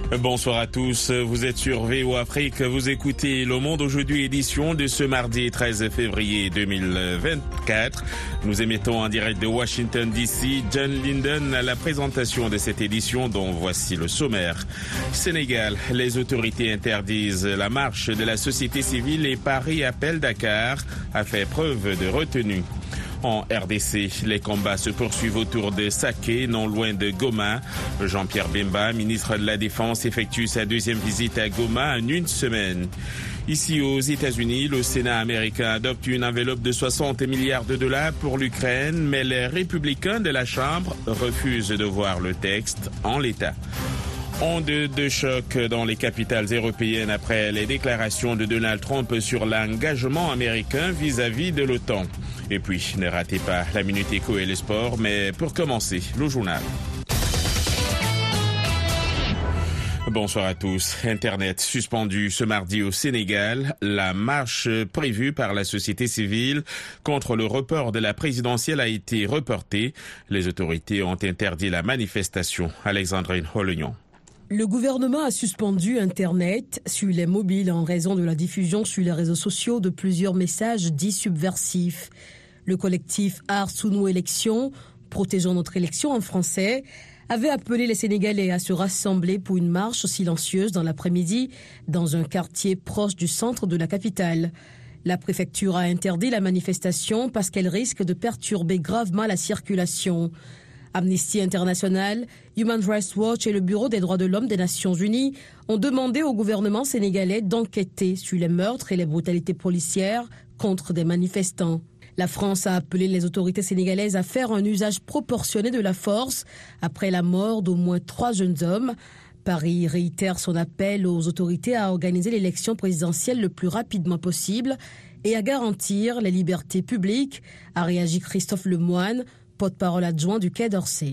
Bonsoir à tous, vous êtes sur VO Afrique, vous écoutez Le Monde aujourd'hui, édition de ce mardi 13 février 2024. Nous émettons en direct de Washington DC. John Linden à la présentation de cette édition dont voici le sommaire. Sénégal, les autorités interdisent la marche de la société civile et Paris appelle Dakar a fait preuve de retenue. En RDC, les combats se poursuivent autour de Saké, non loin de Goma. Jean-Pierre Bemba, ministre de la Défense, effectue sa deuxième visite à Goma en une semaine. Ici aux États-Unis, le Sénat américain adopte une enveloppe de 60 milliards de dollars pour l'Ukraine, mais les républicains de la Chambre refusent de voir le texte en l'état. Onde de choc dans les capitales européennes après les déclarations de Donald Trump sur l'engagement américain vis-à-vis de l'OTAN. Et puis, ne ratez pas la Minute Éco et les sports, mais pour commencer, le journal. Bonsoir à tous. Internet suspendu ce mardi au Sénégal. La marche prévue par la société civile contre le report de la présidentielle a été reportée. Les autorités ont interdit la manifestation. Alexandrine Hollignon. Le gouvernement a suspendu Internet sur les mobiles en raison de la diffusion sur les réseaux sociaux de plusieurs messages dits subversifs. Le collectif Art sous nos élections, protégeons notre élection en français, avait appelé les Sénégalais à se rassembler pour une marche silencieuse dans l'après-midi dans un quartier proche du centre de la capitale. La préfecture a interdit la manifestation parce qu'elle risque de perturber gravement la circulation. Amnesty International, Human Rights Watch et le Bureau des droits de l'homme des Nations Unies ont demandé au gouvernement sénégalais d'enquêter sur les meurtres et les brutalités policières contre des manifestants. La France a appelé les autorités sénégalaises à faire un usage proportionné de la force après la mort d'au moins 3 jeunes hommes. Paris réitère son appel aux autorités à organiser l'élection présidentielle le plus rapidement possible et à garantir les libertés publiques, a réagi Christophe Lemoine, porte-parole adjoint du Quai d'Orsay.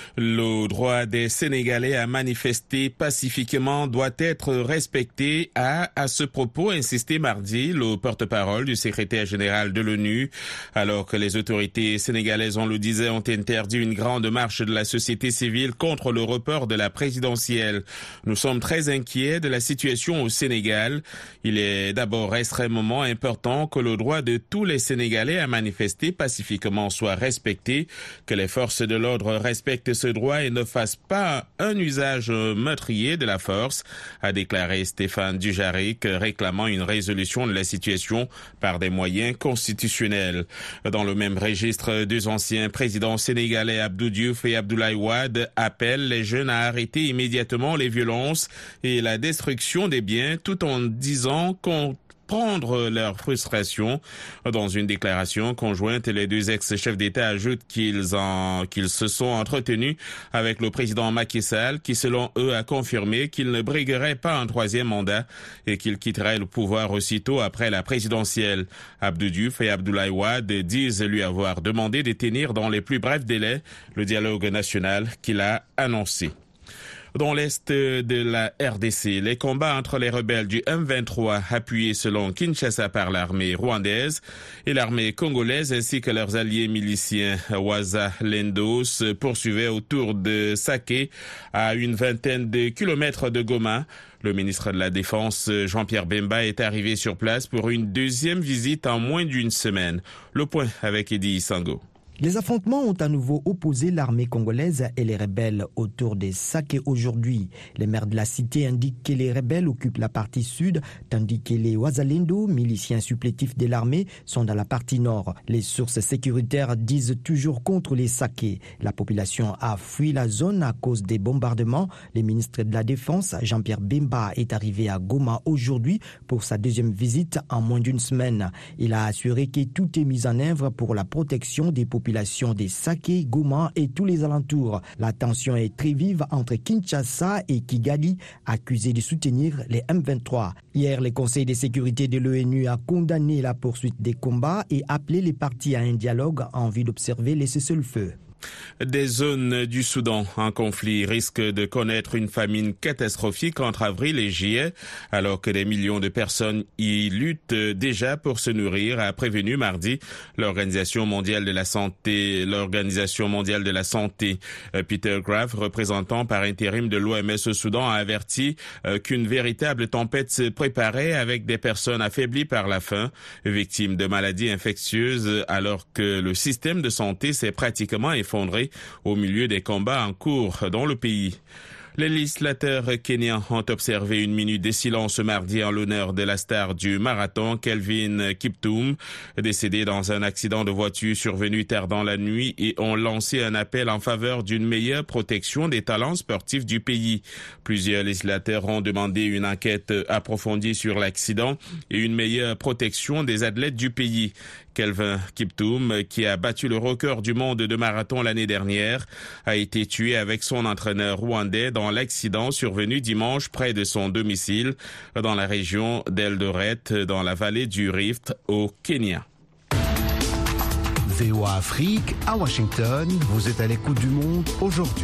Le droit des Sénégalais à manifester pacifiquement doit être respecté, a à ce propos insisté mardi le porte-parole du secrétaire général de l'ONU. Alors que les autorités sénégalaises, on le disait, ont interdit une grande marche de la société civile contre le report de la présidentielle. Nous sommes très inquiets de la situation au Sénégal. Il est d'abord extrêmement important que le droit de tous les Sénégalais à manifester pacifiquement soit respecté, que les forces de l'ordre respectent ce droit et ne fassent pas un usage meurtrier de la force, a déclaré Stéphane Dujarric, réclamant une résolution de la situation par des moyens constitutionnels. Dans le même registre, 2 anciens présidents sénégalais, Abdou Diouf et Abdoulaye Wade, appellent les jeunes à arrêter immédiatement les violences et la destruction des biens, tout en disant qu'on prendre leur frustration. Dans une déclaration conjointe, les 2 ex-chefs d'État ajoutent qu'ils se sont entretenus avec le président Macky Sall, qui selon eux a confirmé qu'il ne briguerait pas un 3e mandat et qu'il quitterait le pouvoir aussitôt après la présidentielle. Abdou Diouf et Abdoulaye Wade disent lui avoir demandé de tenir dans les plus brefs délais le dialogue national qu'il a annoncé. Dans l'est de la RDC, les combats entre les rebelles du M23, appuyés selon Kinshasa par l'armée rwandaise et l'armée congolaise ainsi que leurs alliés miliciens Wazalendo, se poursuivaient autour de Saké, à une vingtaine de kilomètres de Goma. Le ministre de la Défense, Jean-Pierre Bemba, est arrivé sur place pour une deuxième visite en moins d'une semaine. Le point avec Eddy Sango. Les affrontements ont à nouveau opposé l'armée congolaise et les rebelles autour de Saké aujourd'hui. Les maires de la cité indiquent que les rebelles occupent la partie sud, tandis que les Wazalendo, miliciens supplétifs de l'armée, sont dans la partie nord. Les sources sécuritaires disent toujours contre les Saké. La population a fui la zone à cause des bombardements. Le ministre de la Défense, Jean-Pierre Bemba, est arrivé à Goma aujourd'hui pour sa deuxième visite en moins d'une semaine. Il a assuré que tout est mis en œuvre pour la protection des populations des Saké, Goma et tous les alentours. La tension est très vive entre Kinshasa et Kigali, accusés de soutenir les M23. Hier, le Conseil de sécurité de l'ONU a condamné la poursuite des combats et appelé les parties à un dialogue en vue d'observer les cessez-le-feu. Des zones du Soudan en conflit risquent de connaître une famine catastrophique entre avril et juillet, alors que des millions de personnes y luttent déjà pour se nourrir, a prévenu mardi l'Organisation mondiale de la santé. Peter Graf, représentant par intérim de l'OMS au Soudan, a averti qu'une véritable tempête se préparait avec des personnes affaiblies par la faim, victimes de maladies infectieuses, alors que le système de santé s'est pratiquement effondré au milieu des combats en cours dans le pays. Les législateurs kenyans ont observé une minute de silence ce mardi en l'honneur de la star du marathon, Kelvin Kiptum, décédé dans un accident de voiture survenu tard dans la nuit, et ont lancé un appel en faveur d'une meilleure protection des talents sportifs du pays. Plusieurs législateurs ont demandé une enquête approfondie sur l'accident et une meilleure protection des athlètes du pays. Kelvin Kiptum, qui a battu le record du monde de marathon l'année dernière, a été tué avec son entraîneur rwandais dans l'accident survenu dimanche près de son domicile dans la région d'Eldoret, dans la vallée du Rift, au Kenya. VOA Afrique, à Washington, vous êtes à l'écoute du monde aujourd'hui.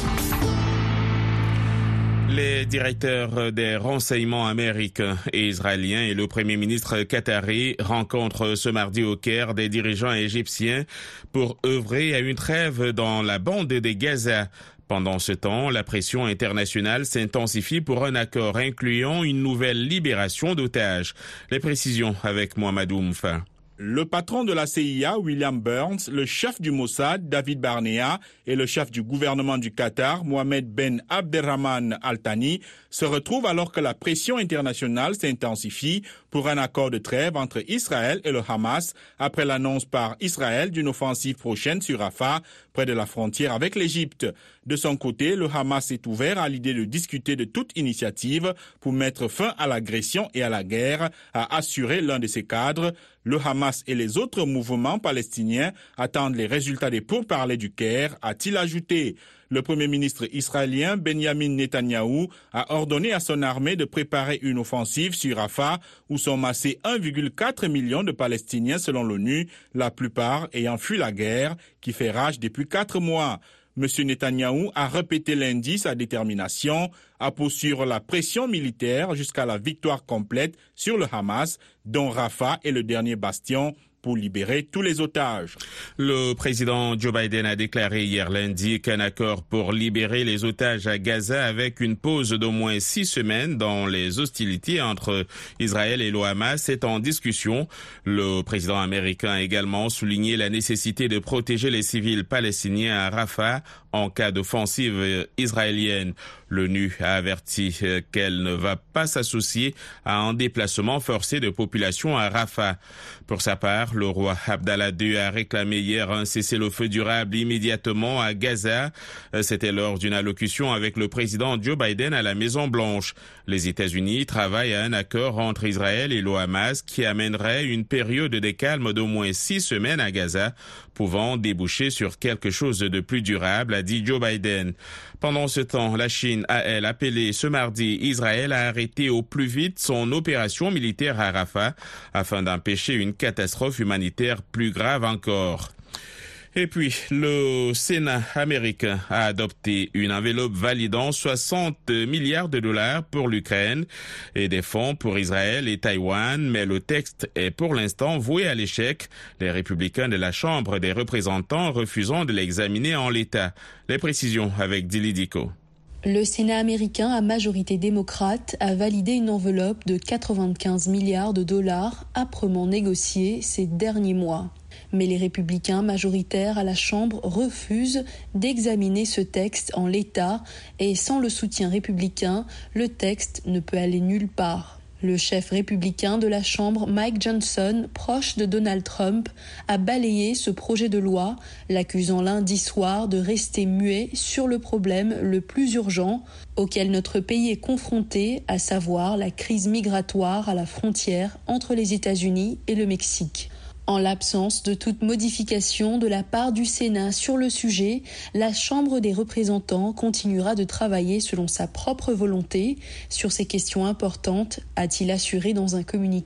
Les directeurs des renseignements américains et israéliens et le premier ministre qatari rencontrent ce mardi au Caire des dirigeants égyptiens pour œuvrer à une trêve dans la bande de Gaza. Pendant ce temps, la pression internationale s'intensifie pour un accord incluant une nouvelle libération d'otages. Les précisions avec Mohamedou Moufa. Le patron de la CIA, William Burns, le chef du Mossad, David Barnea, et le chef du gouvernement du Qatar, Mohamed Ben Abderrahman Al Thani, se retrouvent alors que la pression internationale s'intensifie pour un accord de trêve entre Israël et le Hamas après l'annonce par Israël d'une offensive prochaine sur Rafah, près de la frontière avec l'Égypte. De son côté, le Hamas est ouvert à l'idée de discuter de toute initiative pour mettre fin à l'agression et à la guerre, a assuré l'un de ses cadres. Le Hamas et les autres mouvements palestiniens attendent les résultats des pourparlers du Caire, a-t-il ajouté. Le premier ministre israélien Benjamin Netanyahou a ordonné à son armée de préparer une offensive sur Rafah où sont massés 1,4 million de Palestiniens selon l'ONU, la plupart ayant fui la guerre qui fait rage depuis 4 mois. M. Netanyahou a répété lundi sa détermination à poursuivre la pression militaire jusqu'à la victoire complète sur le Hamas, dont Rafah est le dernier bastion, pour libérer tous les otages. Le président Joe Biden a déclaré hier lundi qu'un accord pour libérer les otages à Gaza avec une pause d'au moins 6 semaines dans les hostilités entre Israël et le Hamas est en discussion. Le président américain a également souligné la nécessité de protéger les civils palestiniens à Rafah en cas d'offensive israélienne. L'ONU a averti qu'elle ne va pas s'associer à un déplacement forcé de population à Rafah. Pour sa part, le roi Abdallah II a réclamé hier un cessez-le-feu durable immédiatement à Gaza. C'était lors d'une allocution avec le président Joe Biden à la Maison-Blanche. Les États-Unis travaillent à un accord entre Israël et le Hamas qui amènerait une période de calme d'au moins 6 semaines à Gaza, pouvant déboucher sur quelque chose de plus durable, a dit Joe Biden. Pendant ce temps, la Chine a, elle, appelé ce mardi Israël à arrêter au plus vite son opération militaire à Rafah afin d'empêcher une catastrophe humanitaire plus grave encore. Et puis, le Sénat américain a adopté une enveloppe validant 60 milliards de dollars pour l'Ukraine et des fonds pour Israël et Taïwan, mais le texte est pour l'instant voué à l'échec, les républicains de la Chambre des représentants refusant de l'examiner en l'état. Les précisions avec Dili Diko. Le Sénat américain à majorité démocrate a validé une enveloppe de 95 milliards de dollars âprement négociée ces derniers mois. Mais les républicains majoritaires à la Chambre refusent d'examiner ce texte en l'état et sans le soutien républicain, le texte ne peut aller nulle part. Le chef républicain de la Chambre, Mike Johnson, proche de Donald Trump, a balayé ce projet de loi, l'accusant lundi soir de rester muet sur le problème le plus urgent auquel notre pays est confronté, à savoir la crise migratoire à la frontière entre les États-Unis et le Mexique. En l'absence de toute modification de la part du Sénat sur le sujet, la Chambre des représentants continuera de travailler selon sa propre volonté sur ces questions importantes, a-t-il assuré dans un communiqué.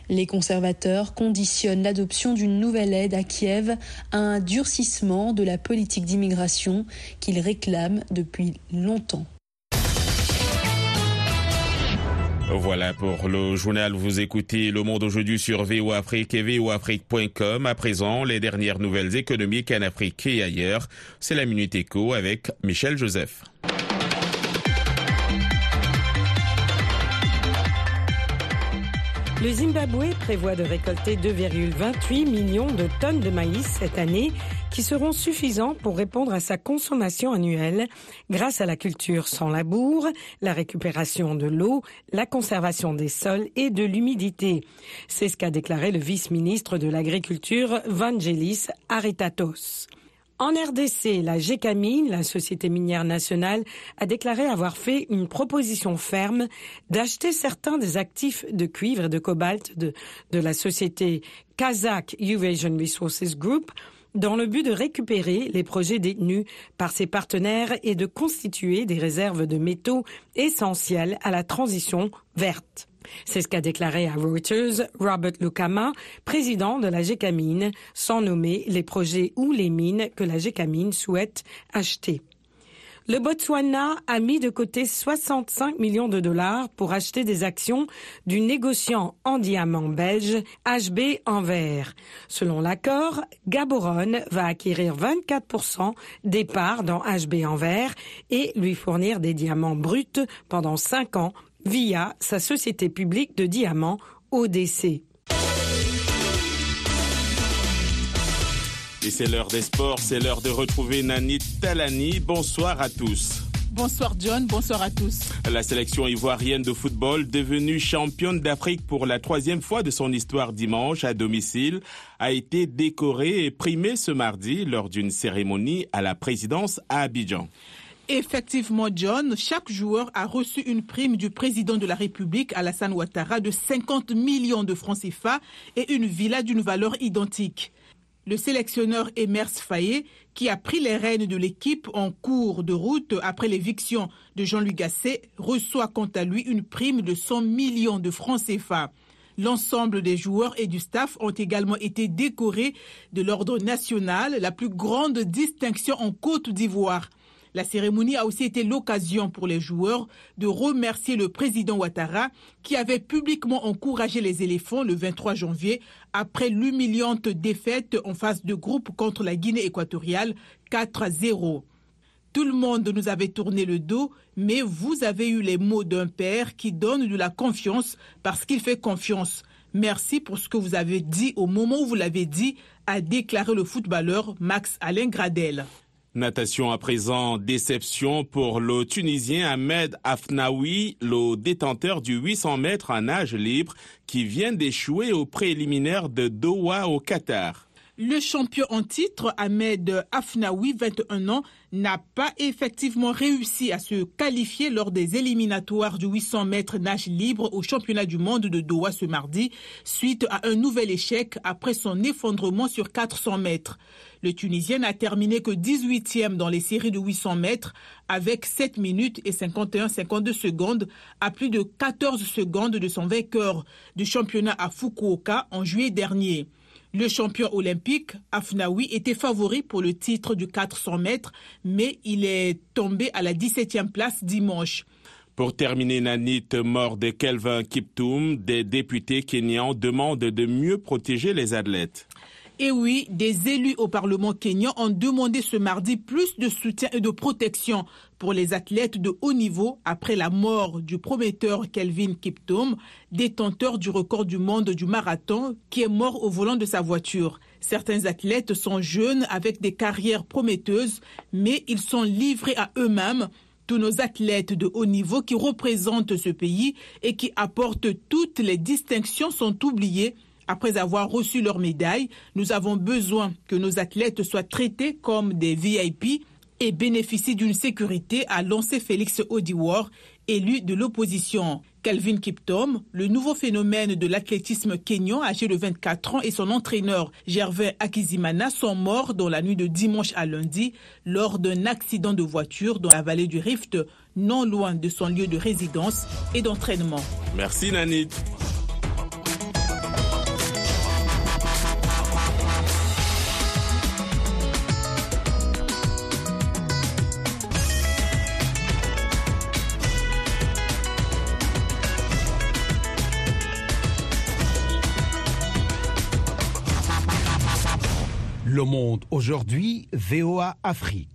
Les conservateurs conditionnent l'adoption d'une nouvelle aide à Kiev à un durcissement de la politique d'immigration qu'ils réclament depuis longtemps. Voilà pour le journal. Vous écoutez Le Monde aujourd'hui sur VOA Afrique et voaafrique.com. À présent, les dernières nouvelles économiques en Afrique et ailleurs. C'est la Minute Éco avec Michel Joseph. Le Zimbabwe prévoit de récolter 2,28 millions de tonnes de maïs cette année, qui seront suffisants pour répondre à sa consommation annuelle grâce à la culture sans labour, la récupération de l'eau, la conservation des sols et de l'humidité. C'est ce qu'a déclaré le vice-ministre de l'Agriculture, Vangelis Aretatos. En RDC, la Gécamine, la société minière nationale, a déclaré avoir fait une proposition ferme d'acheter certains des actifs de cuivre et de cobalt de la société Kazakh Eurasian Resources Group dans le but de récupérer les projets détenus par ses partenaires et de constituer des réserves de métaux essentiels à la transition verte. C'est ce qu'a déclaré à Reuters Robert Lukama, président de la Gécamine, sans nommer les projets ou les mines que la Gécamine souhaite acheter. Le Botswana a mis de côté 65 millions de dollars pour acheter des actions du négociant en diamant belge HB Enver. Selon l'accord, Gaborone va acquérir 24% des parts dans HB Enver et lui fournir des diamants bruts pendant 5 ans via sa société publique de diamants ODC. Et c'est l'heure des sports, c'est l'heure de retrouver Nanit Talani. Bonsoir à tous. Bonsoir John, bonsoir à tous. La sélection ivoirienne de football, devenue championne d'Afrique pour la 3e fois de son histoire dimanche à domicile, a été décorée et primée ce mardi lors d'une cérémonie à la présidence à Abidjan. Effectivement, John, chaque joueur a reçu une prime du président de la République, Alassane Ouattara, de 50 millions de francs CFA et une villa d'une valeur identique. Le sélectionneur Emers Faye, qui a pris les rênes de l'équipe en cours de route après l'éviction de Jean-Louis Gasset, reçoit quant à lui une prime de 100 millions de francs CFA. L'ensemble des joueurs et du staff ont également été décorés de l'ordre national, la plus grande distinction en Côte d'Ivoire. La cérémonie a aussi été l'occasion pour les joueurs de remercier le président Ouattara qui avait publiquement encouragé les éléphants le 23 janvier après l'humiliante défaite en phase de groupe contre la Guinée équatoriale 4-0. Tout le monde nous avait tourné le dos, mais vous avez eu les mots d'un père qui donne de la confiance parce qu'il fait confiance. Merci pour ce que vous avez dit au moment où vous l'avez dit, a déclaré le footballeur Max-Alain Gradel. Natation à présent, déception pour le Tunisien Ahmed Afnaoui, le détenteur du 800 mètres en nage libre qui vient d'échouer au préliminaire de Doha au Qatar. Le champion en titre, Ahmed Afnaoui, 21 ans, n'a pas effectivement réussi à se qualifier lors des éliminatoires du 800 mètres nage libre au championnat du monde de Doha ce mardi, suite à un nouvel échec après son effondrement sur 400 mètres. Le Tunisien n'a terminé que 18e dans les séries de 800 mètres avec 7 minutes et 51,52 secondes à plus de 14 secondes de son vainqueur du championnat à Fukuoka en juillet dernier. Le champion olympique, Afnaoui, était favori pour le titre du 400 mètres, mais il est tombé à la 17e place dimanche. Pour terminer, Nanit, mort de Kelvin Kiptum, des députés kenyans demandent de mieux protéger les athlètes. Et oui, des élus au Parlement kényan ont demandé ce mardi plus de soutien et de protection pour les athlètes de haut niveau après la mort du prometteur Kelvin Kiptum, détenteur du record du monde du marathon, qui est mort au volant de sa voiture. Certains athlètes sont jeunes avec des carrières prometteuses, mais ils sont livrés à eux-mêmes. Tous nos athlètes de haut niveau qui représentent ce pays et qui apportent toutes les distinctions sont oubliés. Après avoir reçu leur médaille, nous avons besoin que nos athlètes soient traités comme des VIP et bénéficient d'une sécurité, a lancé Félix Odiwar, élu de l'opposition. Kelvin Kiptum, le nouveau phénomène de l'athlétisme kényan âgé de 24 ans et son entraîneur Gervais Akizimana sont morts dans la nuit de dimanche à lundi lors d'un accident de voiture dans la vallée du Rift, non loin de son lieu de résidence et d'entraînement. Merci Nanit. Le Monde aujourd'hui, VOA Afrique.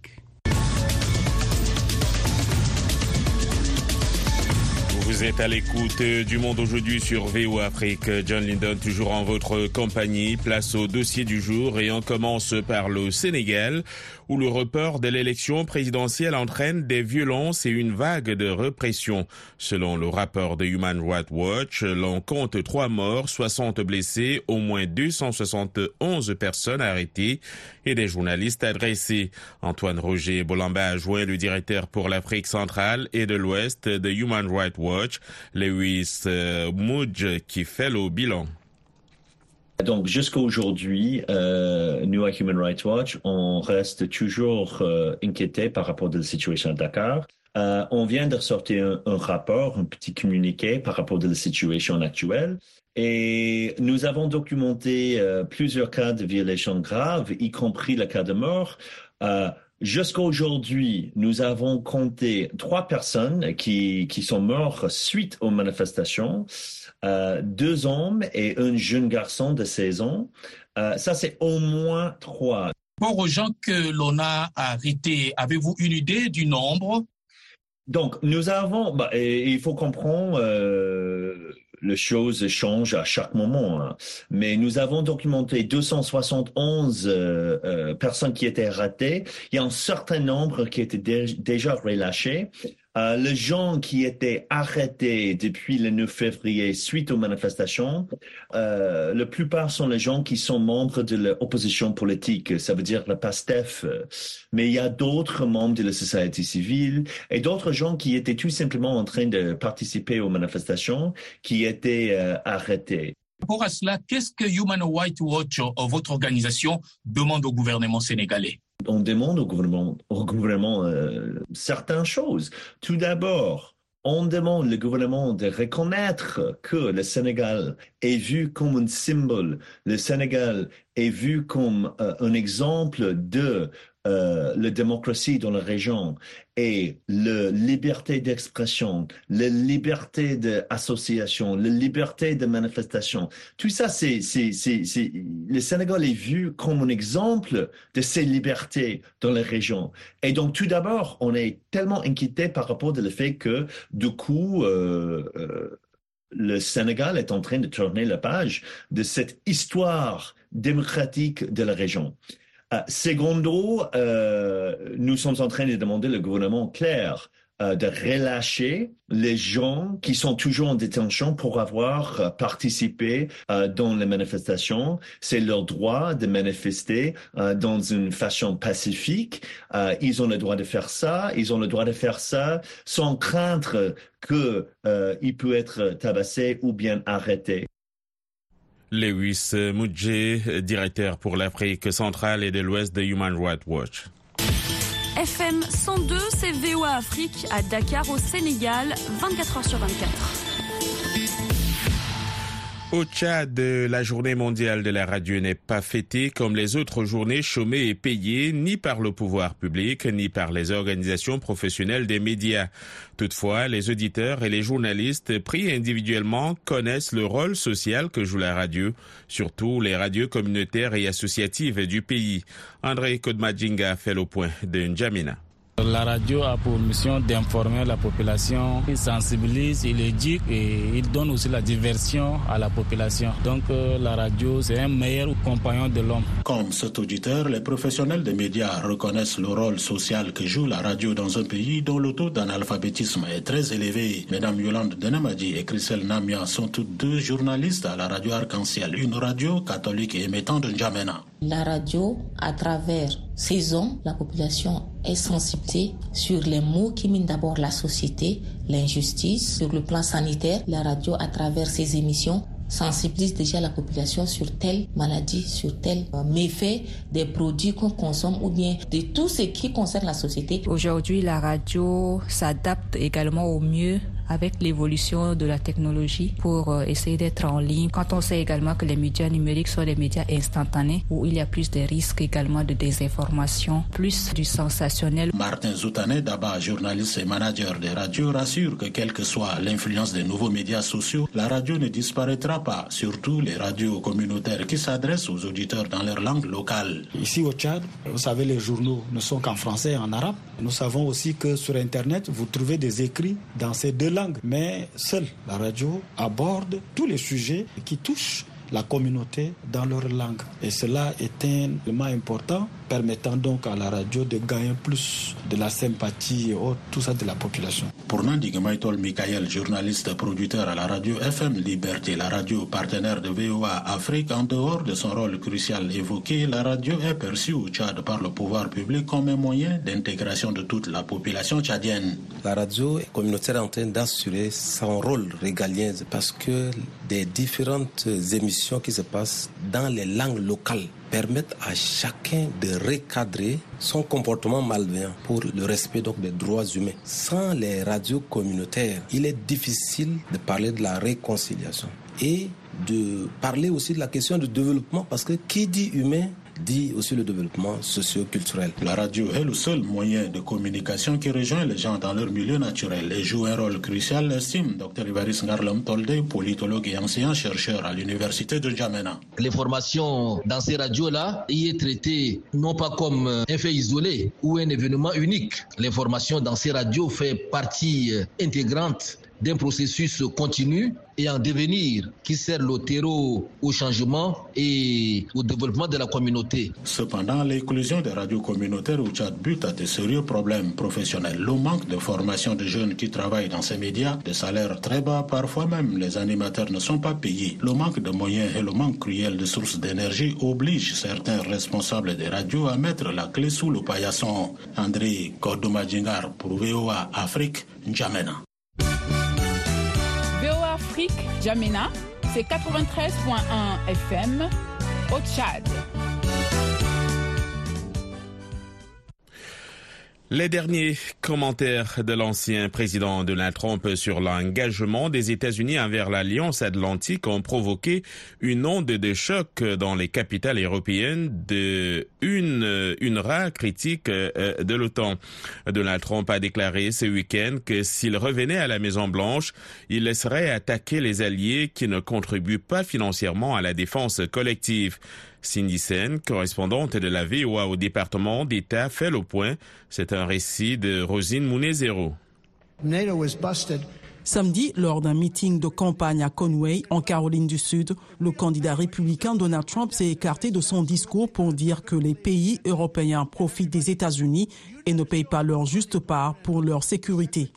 Vous êtes à l'écoute du Monde aujourd'hui sur VOA Afrique. John Lindon, toujours en votre compagnie. Place au dossier du jour et on commence par le Sénégal, où le report de l'élection présidentielle entraîne des violences et une vague de répression. Selon le rapport de Human Rights Watch, l'on compte 3 morts, 60 blessés, au moins 271 personnes arrêtées et des journalistes agressés. Antoine Roger Bolamba a joint le directeur pour l'Afrique centrale et de l'Ouest de Human Rights Watch, Lewis Mudge, qui fait le bilan. Donc, jusqu'à aujourd'hui, nous, à Human Rights Watch, on reste toujours inquiétés par rapport à la situation à Dakar. On vient de sortir un rapport, un petit communiqué par rapport à la situation actuelle. Et nous avons documenté plusieurs cas de violations graves, y compris le cas de mort. Jusqu'à aujourd'hui, nous avons compté 3 personnes qui sont mortes suite aux manifestations. 2 hommes et un jeune garçon de 16 ans. Ça, c'est au moins 3. Pour aux gens que l'on a arrêtés, avez-vous une idée du nombre? Donc, nous avons... il faut comprendre... les choses changent à chaque moment, hein. Mais nous avons documenté 271 personnes qui étaient arrêtées. Il y a un certain nombre qui étaient déjà relâchés. Les gens qui étaient arrêtés depuis le 9 février suite aux manifestations, la plupart sont les gens qui sont membres de l'opposition politique, ça veut dire le PASTEF. Mais il y a d'autres membres de la société civile et d'autres gens qui étaient tout simplement en train de participer aux manifestations qui étaient arrêtés. Pour cela, qu'est-ce que Human Rights Watch, votre organisation, demande au gouvernement sénégalais? On demande au gouvernement certaines choses. Tout d'abord, on demande au gouvernement de reconnaître que le Sénégal est vu comme un symbole. Le Sénégal est vu comme un exemple de la démocratie dans la région et la liberté d'expression, la liberté d'association, la liberté de manifestation. Tout ça, le Sénégal est vu comme un exemple de ces libertés dans la région. Et donc, tout d'abord, on est tellement inquiété par rapport au fait que, du coup, le Sénégal est en train de tourner la page de cette histoire démocratique de la région. Secondo, nous sommes en train de demander au gouvernement clair de relâcher les gens qui sont toujours en détention pour avoir participé dans les manifestations. C'est leur droit de manifester dans une façon pacifique. Ils ont le droit de faire ça. Ils ont le droit de faire ça sans craindre qu'ils peuvent être tabassés ou bien arrêtés. Lewis Mudge, directeur pour l'Afrique centrale et de l'Ouest de Human Rights Watch. FM 102, c'est VOA Afrique à Dakar au Sénégal, 24h sur 24. Au Tchad, la journée mondiale de la radio n'est pas fêtée comme les autres journées chômées et payées ni par le pouvoir public ni par les organisations professionnelles des médias. Toutefois, les auditeurs et les journalistes pris individuellement connaissent le rôle social que joue la radio, surtout les radios communautaires et associatives du pays. André Kodmadjinga fait le point de N'Djamena. La radio a pour mission d'informer la population, il sensibilise, il éduque et il donne aussi la diversion à la population. Donc la radio, c'est un meilleur compagnon de l'homme. Comme cet auditeur, les professionnels des médias reconnaissent le rôle social que joue la radio dans un pays dont le taux d'analphabétisme est très élevé. Mesdames Yolande Denamadi et Christelle Namia sont toutes 2 journalistes à la radio Arc-en-Ciel, une radio catholique et émettant de N'Djamena. La radio, à travers ses ondes, la population est sensibilisée sur les maux qui minent d'abord la société, l'injustice. Sur le plan sanitaire, la radio, à travers ses émissions, sensibilise déjà la population sur telle maladie, sur tel méfait des produits qu'on consomme ou bien de tout ce qui concerne la société. Aujourd'hui, la radio s'adapte également au mieux avec l'évolution de la technologie pour essayer d'être en ligne. Quand on sait également que les médias numériques sont des médias instantanés où il y a plus de risques également de désinformation, plus du sensationnel. Martin Zoutané, d'abord journaliste et manager des radios, rassure que quelle que soit l'influence des nouveaux médias sociaux, la radio ne disparaîtra pas, surtout les radios communautaires qui s'adressent aux auditeurs dans leur langue locale. Ici au Tchad, vous savez, les journaux ne sont qu'en français et en arabe. Nous savons aussi que sur Internet, vous trouvez des écrits dans ces deux langues. Mais seule la radio aborde tous les sujets qui touchent la communauté dans leur langue. Et cela est un élément important, permettant donc à la radio de gagner plus de la sympathie et tout ça de la population. Pour Nandi Maïtol Mikaël, journaliste producteur à la radio FM Liberté, la radio partenaire de VOA Afrique, en dehors de son rôle crucial évoqué, la radio est perçue au Tchad par le pouvoir public comme un moyen d'intégration de toute la population tchadienne. La radio communautaire est en train d'assurer son rôle régalien parce que des différentes émissions qui se passent dans les langues locales permettent à chacun de recadrer son comportement malveillant pour le respect donc des droits humains. Sans les radios communautaires, il est difficile de parler de la réconciliation et de parler aussi de la question du développement, parce que qui dit humain dit aussi le développement socio-culturel. La radio est le seul moyen de communication qui rejoint les gens dans leur milieu naturel et joue un rôle crucial, estime Dr Ivaris Ngarlam Tolde, politologue et enseignant-chercheur à l'université de N'Djamena. L'information dans ces radios-là y est traitée non pas comme un fait isolé ou un événement unique. L'information dans ces radios fait partie intégrante d'un processus continu et en devenir qui sert le terreau au changement et au développement de la communauté. Cependant, l'inclusion des radios communautaires au Tchad bute à de sérieux problèmes professionnels. Le manque de formation de jeunes qui travaillent dans ces médias, des salaires très bas, parfois même les animateurs ne sont pas payés. Le manque de moyens et le manque cruel de sources d'énergie obligent certains responsables des radios à mettre la clé sous le paillasson. André Kordomadjingar pour VOA Afrique, N'Djamena. Afrique, N'Djamena, c'est 93.1 FM au Tchad. Les derniers commentaires de l'ancien président Donald Trump sur l'engagement des États-Unis envers l'Alliance Atlantique ont provoqué une onde de choc dans les capitales européennes une rare critique de l'OTAN. Donald Trump a déclaré ce week-end que s'il revenait à la Maison-Blanche, il laisserait attaquer les alliés qui ne contribuent pas financièrement à la défense collective. Cindy Sen, correspondante de la VOA au département d'État, fait le point. C'est un récit de Rosine Mounezero. Samedi, lors d'un meeting de campagne à Conway, en Caroline du Sud, le candidat républicain Donald Trump s'est écarté de son discours pour dire que les pays européens profitent des États-Unis et ne payent pas leur juste part pour leur sécurité.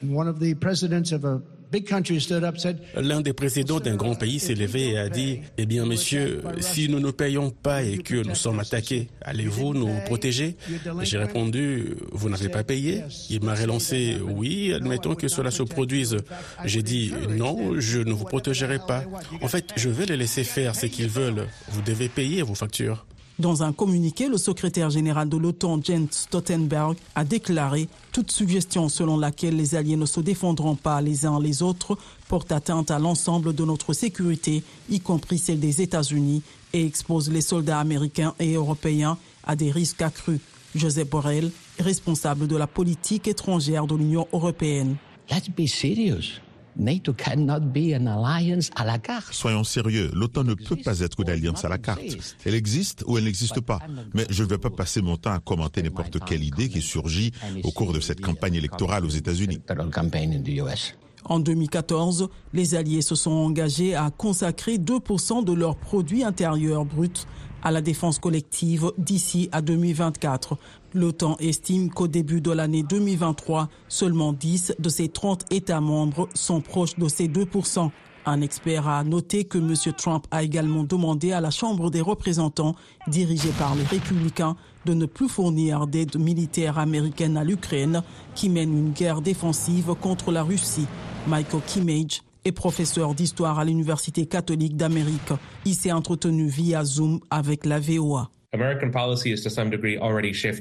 L'un des présidents d'un grand pays s'est levé et a dit « Eh bien, monsieur, si nous ne payons pas et que nous sommes attaqués, allez-vous nous protéger ?» J'ai répondu « Vous n'avez pas payé ?» Il m'a relancé « Oui, admettons que cela se produise. » J'ai dit « Non, je ne vous protégerai pas. En fait, je vais les laisser faire ce qu'ils veulent. Vous devez payer vos factures. » Dans un communiqué, le secrétaire général de l'OTAN, Jens Stoltenberg, a déclaré « Toute suggestion selon laquelle les alliés ne se défendront pas les uns les autres porte atteinte à l'ensemble de notre sécurité, y compris celle des États-Unis, et expose les soldats américains et européens à des risques accrus. » Joseph Borrell, responsable de la politique étrangère de l'Union européenne. Let's be serious. NATO cannot be an alliance à la carte. Soyons sérieux, l'OTAN ne peut pas être une alliance à la carte. Elle existe ou elle n'existe pas. Mais je ne vais pas passer mon temps à commenter n'importe quelle idée qui surgit au cours de cette campagne électorale aux États-Unis. En 2014, les alliés se sont engagés à consacrer 2% de leur produit intérieur brut à la défense collective d'ici à 2024. L'OTAN estime qu'au début de l'année 2023, seulement 10 de ses 30 États membres sont proches de ces 2%. Un expert a noté que M. Trump a également demandé à la Chambre des représentants, dirigée par les républicains, de ne plus fournir d'aide militaire américaine à l'Ukraine, qui mène une guerre défensive contre la Russie. Michael Kimmage est professeur d'histoire à l'Université catholique d'Amérique. Il s'est entretenu via Zoom avec la VOA. American policy is to some degree already shifting.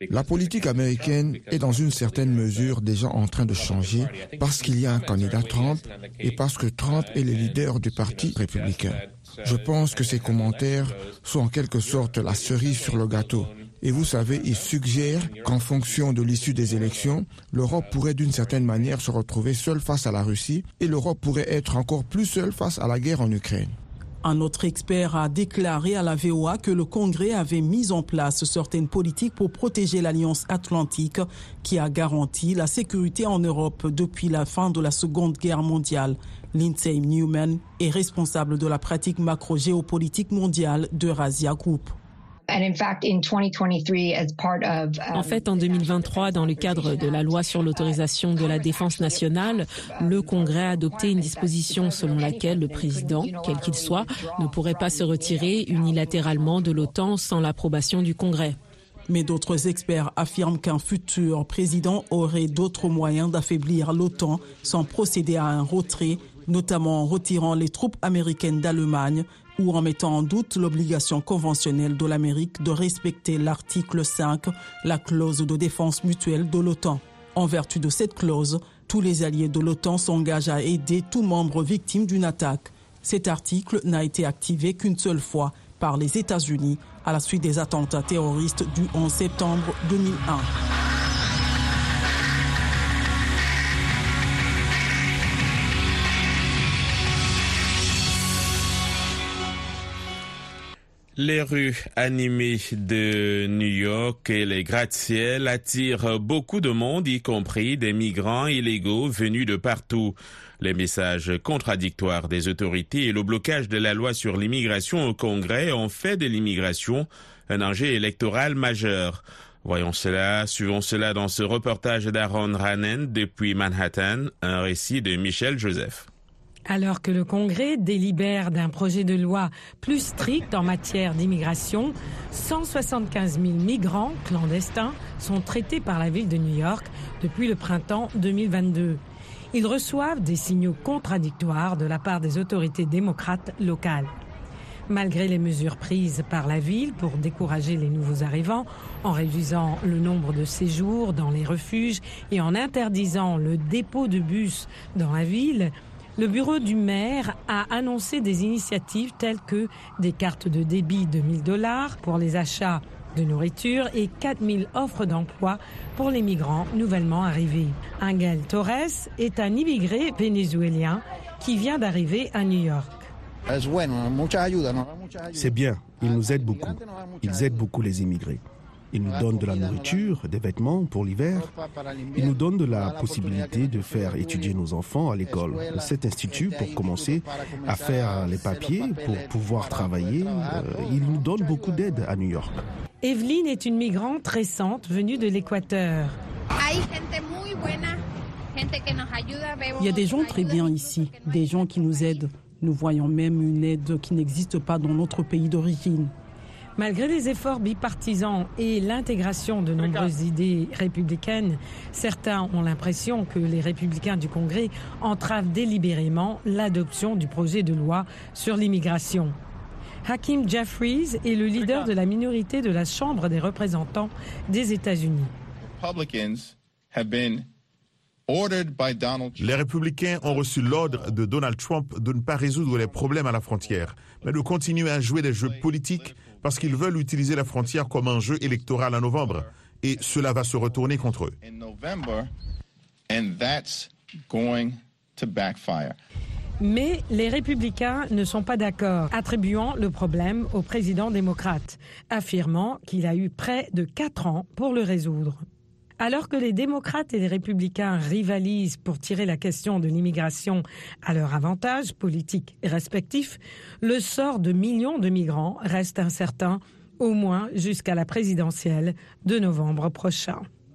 La politique américaine est dans une certaine mesure déjà en train de changer parce qu'il y a un candidat Trump et parce que Trump est le leader du Parti républicain. Je pense que ces commentaires sont en quelque sorte la cerise sur le gâteau. Et vous savez, il suggère qu'en fonction de l'issue des élections, l'Europe pourrait d'une certaine manière se retrouver seule face à la Russie et l'Europe pourrait être encore plus seule face à la guerre en Ukraine. Un autre expert a déclaré à la VOA que le Congrès avait mis en place certaines politiques pour protéger l'Alliance atlantique qui a garanti la sécurité en Europe depuis la fin de la Seconde Guerre mondiale. Lindsay Newman est responsable de la pratique macro-géopolitique mondiale d'Eurasia Group. En fait, en 2023, dans le cadre de la loi sur l'autorisation de la défense nationale, le Congrès a adopté une disposition selon laquelle le président, quel qu'il soit, ne pourrait pas se retirer unilatéralement de l'OTAN sans l'approbation du Congrès. Mais d'autres experts affirment qu'un futur président aurait d'autres moyens d'affaiblir l'OTAN sans procéder à un retrait, notamment en retirant les troupes américaines d'Allemagne ou en mettant en doute l'obligation conventionnelle de l'Amérique de respecter l'article 5, la clause de défense mutuelle de l'OTAN. En vertu de cette clause, tous les alliés de l'OTAN s'engagent à aider tout membre victime d'une attaque. Cet article n'a été activé qu'une seule fois par les États-Unis à la suite des attentats terroristes du 11 septembre 2001. Les rues animées de New York et les gratte-ciel attirent beaucoup de monde, y compris des migrants illégaux venus de partout. Les messages contradictoires des autorités et le blocage de la loi sur l'immigration au Congrès ont fait de l'immigration un enjeu électoral majeur. Voyons cela, suivons cela dans ce reportage d'Aaron Ranen depuis Manhattan, un récit de Michel Joseph. Alors que le Congrès délibère d'un projet de loi plus strict en matière d'immigration, 175 000 migrants clandestins sont traités par la ville de New York depuis le printemps 2022. Ils reçoivent des signaux contradictoires de la part des autorités démocrates locales. Malgré les mesures prises par la ville pour décourager les nouveaux arrivants, en réduisant le nombre de séjours dans les refuges et en interdisant le dépôt de bus dans la ville, le bureau du maire a annoncé des initiatives telles que des cartes de débit de $1 000 pour les achats de nourriture et 4 000 offres d'emploi pour les migrants nouvellement arrivés. Angel Torres est un immigré vénézuélien qui vient d'arriver à New York. C'est bien, ils nous aident beaucoup. Ils aident beaucoup les immigrés. Ils nous donnent de la nourriture, des vêtements pour l'hiver. Ils nous donnent de la possibilité de faire étudier nos enfants à l'école. Cet institut, pour commencer à faire les papiers, pour pouvoir travailler, il nous donne beaucoup d'aide à New York. Evelyne est une migrante récente venue de l'Équateur. Il y a des gens très bien ici, des gens qui nous aident. Nous voyons même une aide qui n'existe pas dans notre pays d'origine. Malgré les efforts bipartisans et l'intégration de nombreuses idées républicaines, certains ont l'impression que les républicains du Congrès entravent délibérément l'adoption du projet de loi sur l'immigration. Hakeem Jeffries est le leader de la minorité de la Chambre des représentants des États-Unis. Les républicains ont reçu l'ordre de Donald Trump de ne pas résoudre les problèmes à la frontière, mais de continuer à jouer des jeux politiques parce qu'ils veulent utiliser la frontière comme un jeu électoral en novembre. Et cela va se retourner contre eux. Mais les républicains ne sont pas d'accord, attribuant le problème au président démocrate, affirmant qu'il a eu près de 4 ans pour le résoudre. Alors que les démocrates et les républicains rivalisent pour tirer la question de l'immigration à leur avantage politique respectif, le sort de millions de migrants reste incertain, au moins jusqu'à la présidentielle de novembre prochain.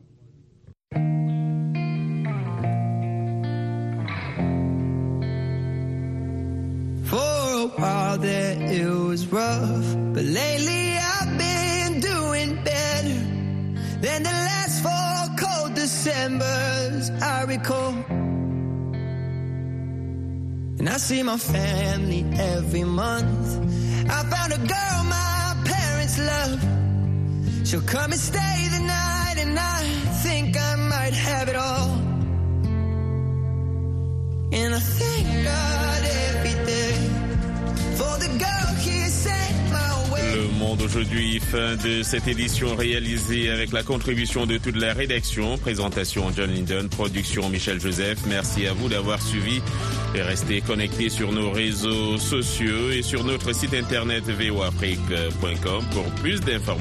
For a while there it was rough, but lately I've been doing better than the last 4 cold Decembers I recall. And I see my family every month. I found a girl my parents love. She'll come and stay the night. night and I think I might have it all. And I thank God every day for the girl he sent my way. Le Monde aujourd'hui, fin de cette édition réalisée avec la contribution de toute la rédaction. Présentation John Linden, production Michel Joseph. Merci à vous d'avoir suivi et restez connectés sur nos réseaux sociaux et sur notre site internet voafrique.com pour plus d'informations.